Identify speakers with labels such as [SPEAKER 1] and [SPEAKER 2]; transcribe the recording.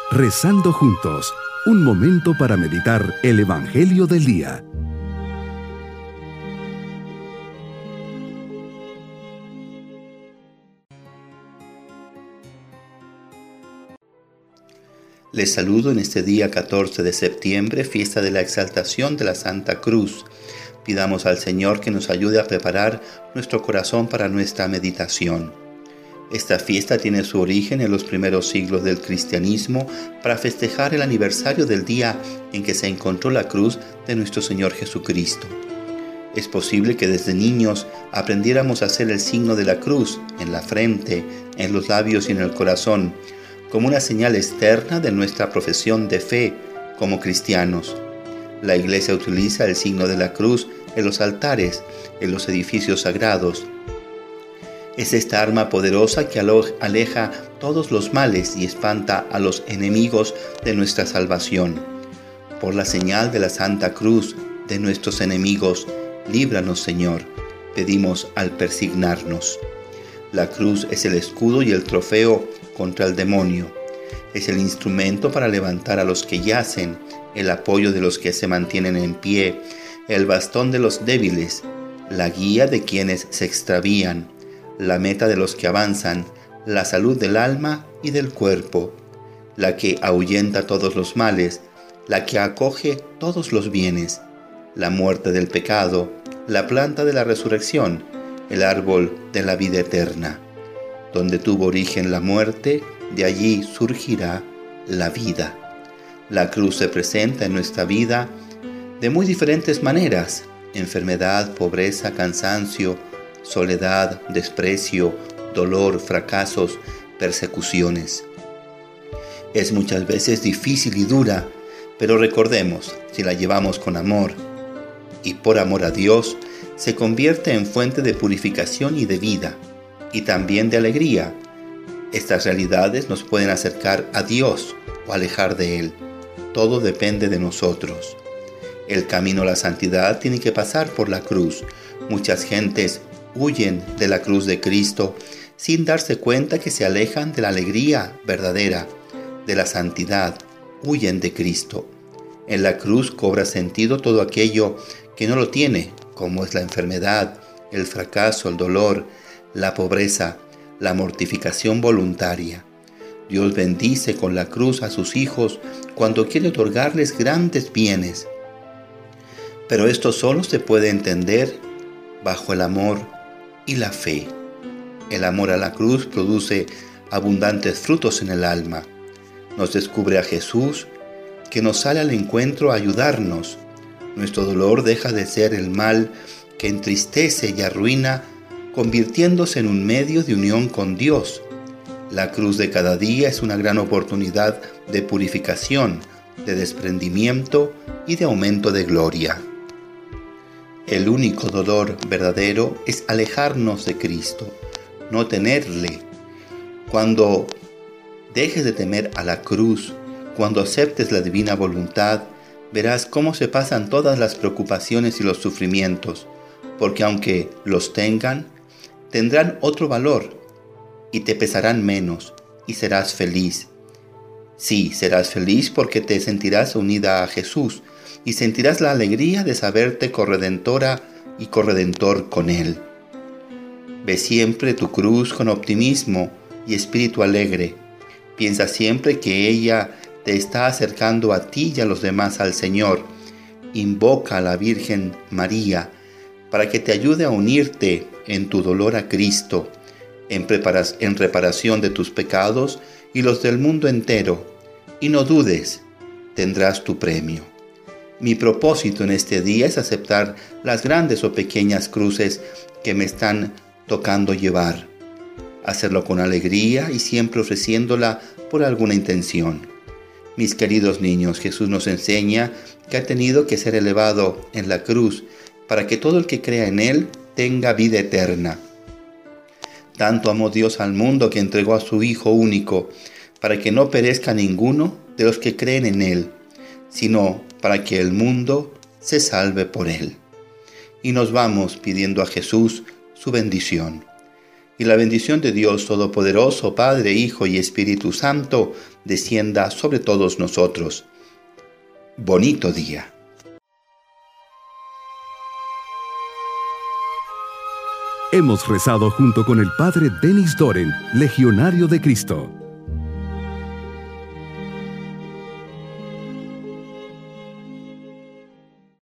[SPEAKER 1] Rezando juntos, un momento para meditar el Evangelio del día.
[SPEAKER 2] Les saludo en este día 14 de septiembre, fiesta de la exaltación de la Santa Cruz. Pidamos al Señor que nos ayude a preparar nuestro corazón para nuestra meditación. Esta fiesta tiene su origen en los primeros siglos del cristianismo para festejar el aniversario del día en que se encontró la cruz de nuestro Señor Jesucristo. Es posible que desde niños aprendiéramos a hacer el signo de la cruz en la frente, en los labios y en el corazón, como una señal externa de nuestra profesión de fe como cristianos. La Iglesia utiliza el signo de la cruz en los altares, en los edificios sagrados. Es esta arma poderosa que aleja todos los males y espanta a los enemigos de nuestra salvación. Por la señal de la Santa Cruz de nuestros enemigos, líbranos, Señor, pedimos al persignarnos. La cruz es el escudo y el trofeo contra el demonio. Es el instrumento para levantar a los que yacen, el apoyo de los que se mantienen en pie, el bastón de los débiles, la guía de quienes se extravían, la meta de los que avanzan, la salud del alma y del cuerpo, la que ahuyenta todos los males, la que acoge todos los bienes, la muerte del pecado, la planta de la resurrección, el árbol de la vida eterna. Donde tuvo origen la muerte, de allí surgirá la vida. La cruz se presenta en nuestra vida de muy diferentes maneras: enfermedad, pobreza, cansancio, soledad, desprecio, dolor, fracasos, persecuciones. Es muchas veces difícil y dura, pero recordemos, si la llevamos con amor y por amor a Dios, se convierte en fuente de purificación y de vida, y también de alegría. Estas realidades nos pueden acercar a Dios o alejar de Él. Todo depende de nosotros. El camino a la santidad tiene que pasar por la cruz. Muchas gentes huyen de la cruz de Cristo sin darse cuenta que se alejan de la alegría verdadera, de la santidad, huyen de Cristo. En la cruz cobra sentido todo aquello que no lo tiene, como es la enfermedad, el fracaso, el dolor, la pobreza, la mortificación voluntaria. Dios bendice con la cruz a sus hijos cuando quiere otorgarles grandes bienes. Pero esto solo se puede entender bajo el amor y la fe. El amor a la cruz produce abundantes frutos en el alma. Nos descubre a Jesús, que nos sale al encuentro a ayudarnos. Nuestro dolor deja de ser el mal que entristece y arruina, convirtiéndose en un medio de unión con Dios. La cruz de cada día es una gran oportunidad de purificación, de desprendimiento y de aumento de gloria. El único dolor verdadero es alejarnos de Cristo, no tenerle. Cuando dejes de temer a la cruz, cuando aceptes la divina voluntad, verás cómo se pasan todas las preocupaciones y los sufrimientos, porque aunque los tengan, tendrán otro valor y te pesarán menos y serás feliz. Sí, serás feliz porque te sentirás unida a Jesús y sentirás la alegría de saberte corredentora y corredentor con Él. Ve siempre tu cruz con optimismo y espíritu alegre. Piensa siempre que ella te está acercando a ti y a los demás al Señor. Invoca a la Virgen María para que te ayude a unirte en tu dolor a Cristo, en reparación de tus pecados y los del mundo entero. Y no dudes, tendrás tu premio. Mi propósito en este día es aceptar las grandes o pequeñas cruces que me están tocando llevar. Hacerlo con alegría y siempre ofreciéndola por alguna intención. Mis queridos niños, Jesús nos enseña que ha tenido que ser elevado en la cruz para que todo el que crea en Él tenga vida eterna. Tanto amó Dios al mundo que entregó a su Hijo único, para que no perezca ninguno de los que creen en Él, sino para que el mundo se salve por Él. Y nos vamos pidiendo a Jesús su bendición. y la bendición de Dios Todopoderoso, Padre, Hijo y Espíritu Santo, descienda sobre todos nosotros. Bonito día.
[SPEAKER 1] Hemos rezado junto con el Padre Denis Doren, Legionario de Cristo.